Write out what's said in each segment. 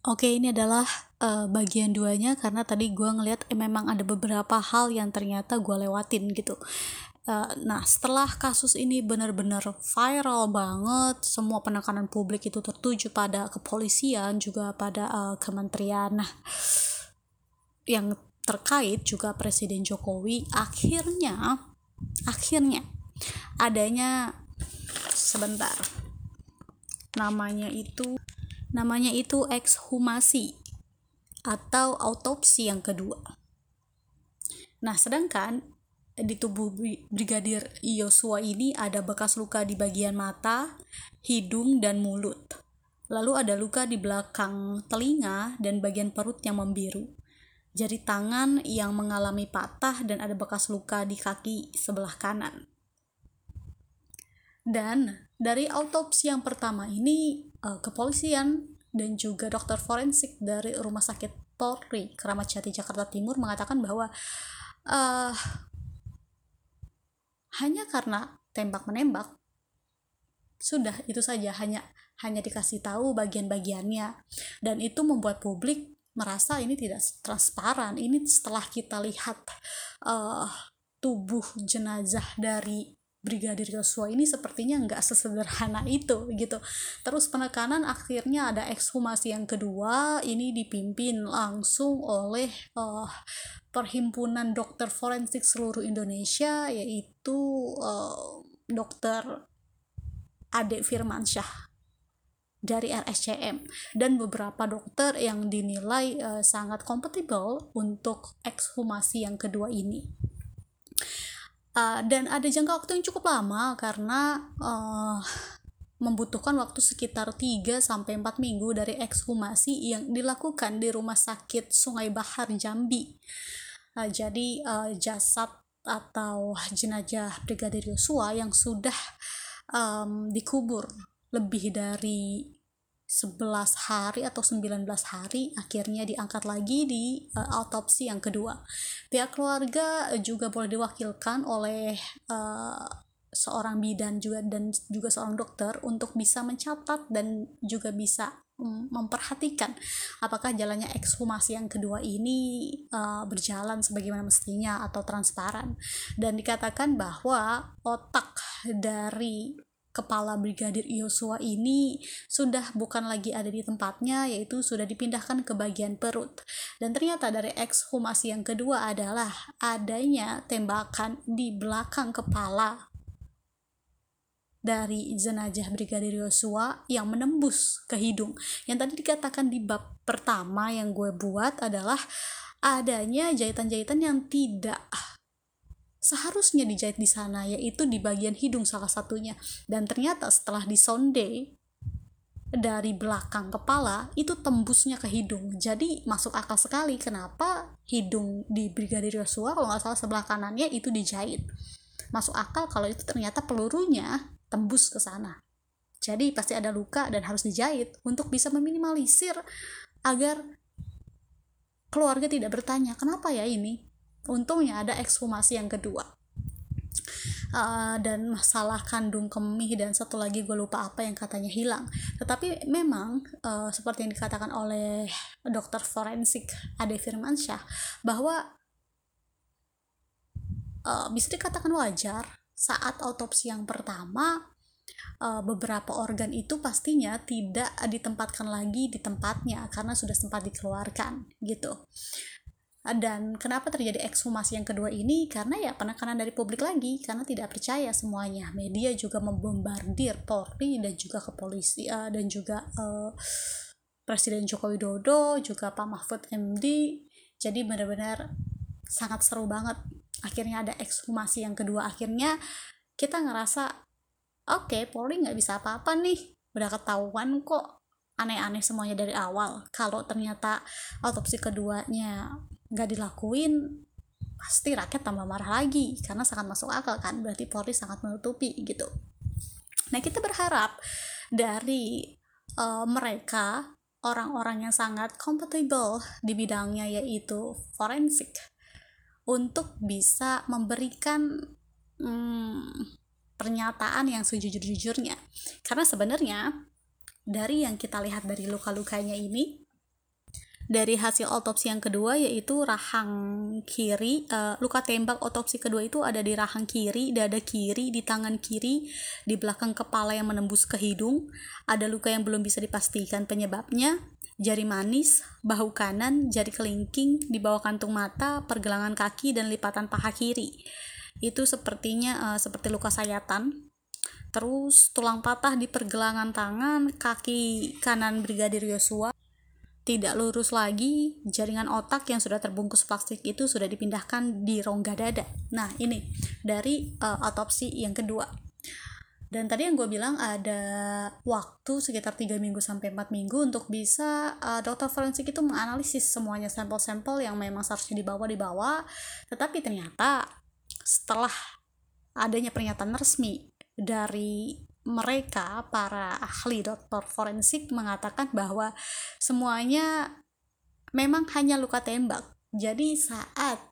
Oke, ini adalah bagian duanya karena tadi gue ngeliat memang ada beberapa hal yang ternyata gue lewatin gitu. Nah, setelah kasus ini benar-benar viral banget, semua penekanan publik itu tertuju pada kepolisian, juga pada kementerian yang terkait, juga Presiden Jokowi, akhirnya adanya, sebentar, namanya itu ekshumasi atau autopsi yang kedua. Nah, sedangkan di tubuh Brigadir Yosua ini ada bekas luka di bagian mata, hidung, dan mulut. Lalu ada luka di belakang telinga dan bagian perut yang membiru. Jari tangan yang mengalami patah dan ada bekas luka di kaki sebelah kanan. Dan dari autopsi yang pertama ini, kepolisian dan juga dokter forensik dari Rumah Sakit Polri Kramat Jati Jakarta Timur mengatakan bahwa hanya karena tembak menembak, sudah itu saja, hanya dikasih tahu bagian-bagiannya, dan itu membuat publik merasa ini tidak transparan. Ini setelah kita lihat tubuh jenazah dari Brigadir Yosua ini sepertinya nggak sesederhana itu gitu. Terus penekanan akhirnya ada ekshumasi yang kedua, ini dipimpin langsung oleh Perhimpunan Dokter Forensik Seluruh Indonesia, yaitu Dokter Ade Firmansyah dari RSCM, dan beberapa dokter yang dinilai sangat kompatibel untuk ekshumasi yang kedua ini. Dan ada jangka waktu yang cukup lama karena membutuhkan waktu sekitar 3-4 minggu dari ekshumasi yang dilakukan di Rumah Sakit Sungai Bahar Jambi. Jadi jasad atau jenazah Brigadir Yosua yang sudah dikubur lebih dari 11 hari atau 19 hari akhirnya diangkat lagi di autopsi yang kedua. Pihak keluarga juga boleh diwakilkan oleh seorang bidan dan juga seorang dokter untuk bisa mencatat dan juga bisa memperhatikan apakah jalannya ekshumasi yang kedua ini berjalan sebagaimana mestinya atau transparan. Dan dikatakan bahwa otak dari kepala Brigadir Yosua ini sudah bukan lagi ada di tempatnya, yaitu sudah dipindahkan ke bagian perut. Dan ternyata dari ekshumasi yang kedua adalah adanya tembakan di belakang kepala dari jenazah Brigadir Yosua yang menembus ke hidung. Yang tadi dikatakan di bab pertama yang gue buat adalah adanya jahitan-jahitan yang tidak seharusnya dijahit di sana, yaitu di bagian hidung salah satunya. Dan ternyata setelah disonde dari belakang kepala itu tembusnya ke hidung. Jadi masuk akal sekali kenapa hidung di Brigadir Yosua kalau nggak salah sebelah kanannya itu dijahit. Masuk akal kalau itu ternyata pelurunya tembus ke sana. Jadi pasti ada luka dan harus dijahit untuk bisa meminimalisir agar keluarga tidak bertanya kenapa ya ini. Untungnya ada ekshumasi yang kedua. Dan masalah kandung kemih dan satu lagi gue lupa apa yang katanya hilang. Tetapi memang seperti yang dikatakan oleh dokter forensik Ade Firmansyah bahwa bisa dikatakan wajar saat autopsi yang pertama beberapa organ itu pastinya tidak ditempatkan lagi di tempatnya karena sudah sempat dikeluarkan gitu. Dan kenapa terjadi ekshumasi yang kedua ini? Karena ya penekanan dari publik lagi, karena tidak percaya semuanya. Media juga membombardir Polri dan juga kepolisian dan juga Presiden Joko Widodo, juga Pak Mahfud MD. Jadi benar-benar sangat seru banget. Akhirnya ada ekshumasi yang kedua. Akhirnya kita ngerasa oke, Polri nggak bisa apa-apa nih. Udah ketahuan kok aneh-aneh semuanya dari awal. Kalau ternyata autopsi keduanya nggak dilakuin, pasti rakyat tambah marah lagi karena sangat masuk akal kan, berarti Polri sangat menutupi gitu. Nah, kita berharap dari mereka orang-orang yang sangat kompatibel di bidangnya yaitu forensik untuk bisa memberikan pernyataan yang sejujur-jujurnya. Karena sebenarnya dari yang kita lihat dari luka-lukanya ini dari hasil otopsi yang kedua, yaitu rahang kiri. Luka tembak otopsi kedua itu ada di rahang kiri, dada kiri, di tangan kiri, di belakang kepala yang menembus ke hidung. Ada luka yang belum bisa dipastikan penyebabnya, jari manis, bahu kanan, jari kelingking, di bawah kantung mata, pergelangan kaki, dan lipatan paha kiri. Itu sepertinya seperti luka sayatan. Terus tulang patah di pergelangan tangan, kaki kanan Brigadir Yosua tidak lurus lagi, jaringan otak yang sudah terbungkus plastik itu sudah dipindahkan di rongga dada. Nah, ini dari otopsi yang kedua. Dan tadi yang gue bilang ada waktu sekitar 3 minggu sampai 4 minggu untuk bisa dokter forensik itu menganalisis semuanya, sampel-sampel yang memang seharusnya dibawa. Tetapi ternyata setelah adanya pernyataan resmi dari mereka, para ahli dokter forensik mengatakan bahwa semuanya memang hanya luka tembak. Jadi saat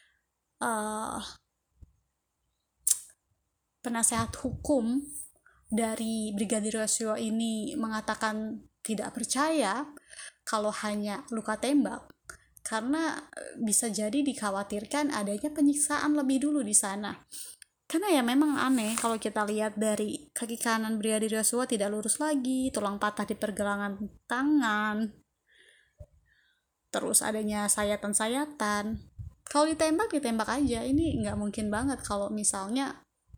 penasehat hukum dari Brigadir Yosua ini mengatakan tidak percaya kalau hanya luka tembak, karena bisa jadi dikhawatirkan adanya penyiksaan lebih dulu di sana. Karena ya memang aneh kalau kita lihat dari kaki kanan Brigadir Yosua tidak lurus lagi, tulang patah di pergelangan tangan, terus adanya sayatan-sayatan. Kalau ditembak aja, ini nggak mungkin banget kalau misalnya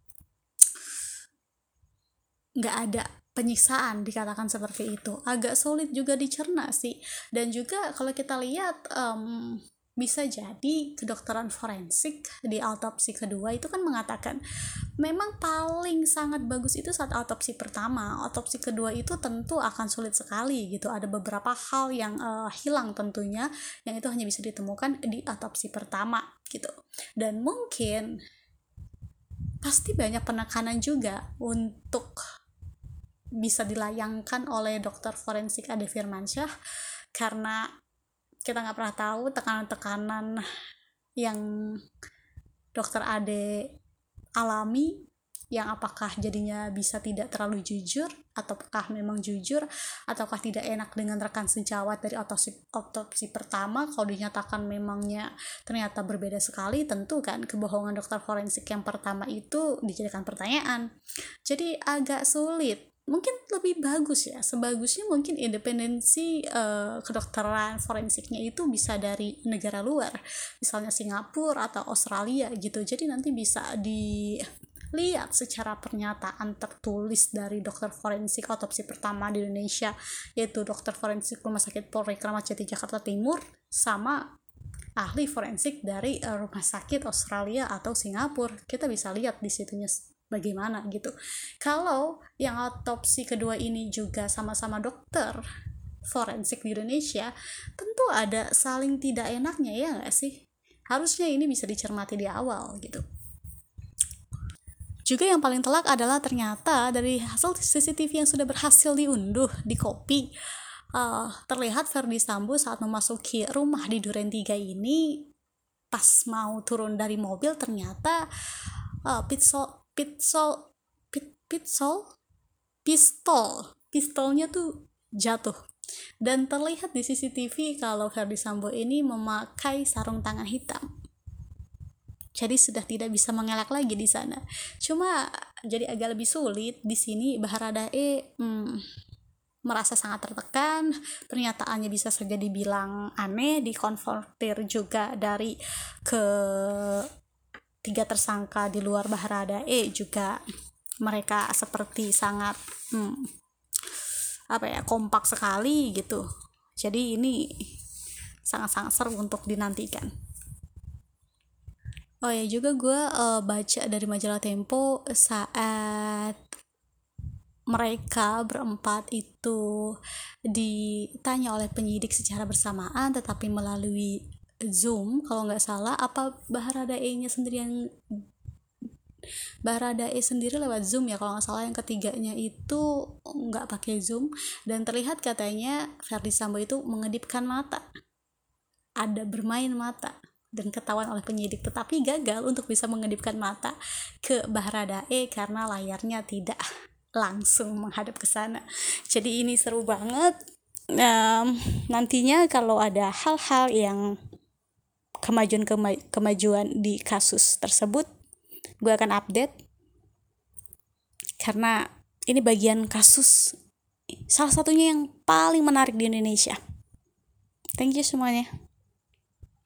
nggak ada penyiksaan dikatakan seperti itu. Agak sulit juga dicerna sih. Dan juga kalau kita lihat bisa jadi kedokteran forensik di autopsi kedua itu kan mengatakan memang paling sangat bagus itu saat autopsi pertama. Autopsi kedua itu tentu akan sulit sekali gitu. Ada beberapa hal yang hilang tentunya, yang itu hanya bisa ditemukan di autopsi pertama gitu. Dan mungkin pasti banyak penekanan juga untuk bisa dilayangkan oleh dokter forensik Ade Firmansyah, karena kita nggak pernah tahu tekanan-tekanan yang dokter Ade alami, yang apakah jadinya bisa tidak terlalu jujur, ataukah memang jujur, ataukah tidak enak dengan rekan sejawat dari autopsi pertama. Kalau dinyatakan memangnya ternyata berbeda sekali, tentu kan kebohongan dokter forensik yang pertama itu dijadikan pertanyaan. Jadi agak sulit. Mungkin lebih bagus ya, sebagusnya mungkin independensi kedokteran forensiknya itu bisa dari negara luar, misalnya Singapura atau Australia gitu. Jadi nanti bisa dilihat secara pernyataan tertulis dari dokter forensik autopsi pertama di Indonesia, yaitu dokter forensik Rumah Sakit Polri Kramat Jati Jakarta Timur, sama ahli forensik dari rumah sakit Australia atau Singapura. Kita bisa lihat di situnya bagaimana gitu. Kalau yang autopsi kedua ini juga sama-sama dokter forensik di Indonesia, tentu ada saling tidak enaknya, ya nggak sih? Harusnya ini bisa dicermati di awal gitu. Juga yang paling telak adalah ternyata dari hasil CCTV yang sudah berhasil diunduh di Kopi, terlihat Verdi Sambo saat memasuki rumah di Duren 3 ini, pas mau turun dari mobil ternyata pistolnya tuh jatuh. Dan terlihat di CCTV kalau Verdi Sambo ini memakai sarung tangan hitam. Jadi sudah tidak bisa mengelak lagi di sana. Cuma jadi agak lebih sulit di sini. Baradae merasa sangat tertekan, pernyataannya bisa saja dibilang aneh, dikonfrontir juga dari tiga tersangka di luar Baradae juga, mereka seperti sangat kompak sekali gitu. Jadi ini sangat-sangat seru untuk dinantikan. Oh ya, juga gue baca dari majalah Tempo saat mereka berempat itu ditanya oleh penyidik secara bersamaan tetapi melalui Zoom, kalau nggak salah, apa Baradae sendiri lewat Zoom ya, kalau nggak salah. Yang ketiganya itu nggak pakai Zoom, dan terlihat katanya Verdi Sambo itu mengedipkan mata, ada bermain mata, dan ketahuan oleh penyidik, tetapi gagal untuk bisa mengedipkan mata ke Baradae karena layarnya tidak langsung menghadap ke sana. Jadi ini seru banget. nantinya kalau ada hal-hal yang kemajuan di kasus tersebut, gue akan update, karena ini bagian kasus salah satunya yang paling menarik di Indonesia. Thank you semuanya.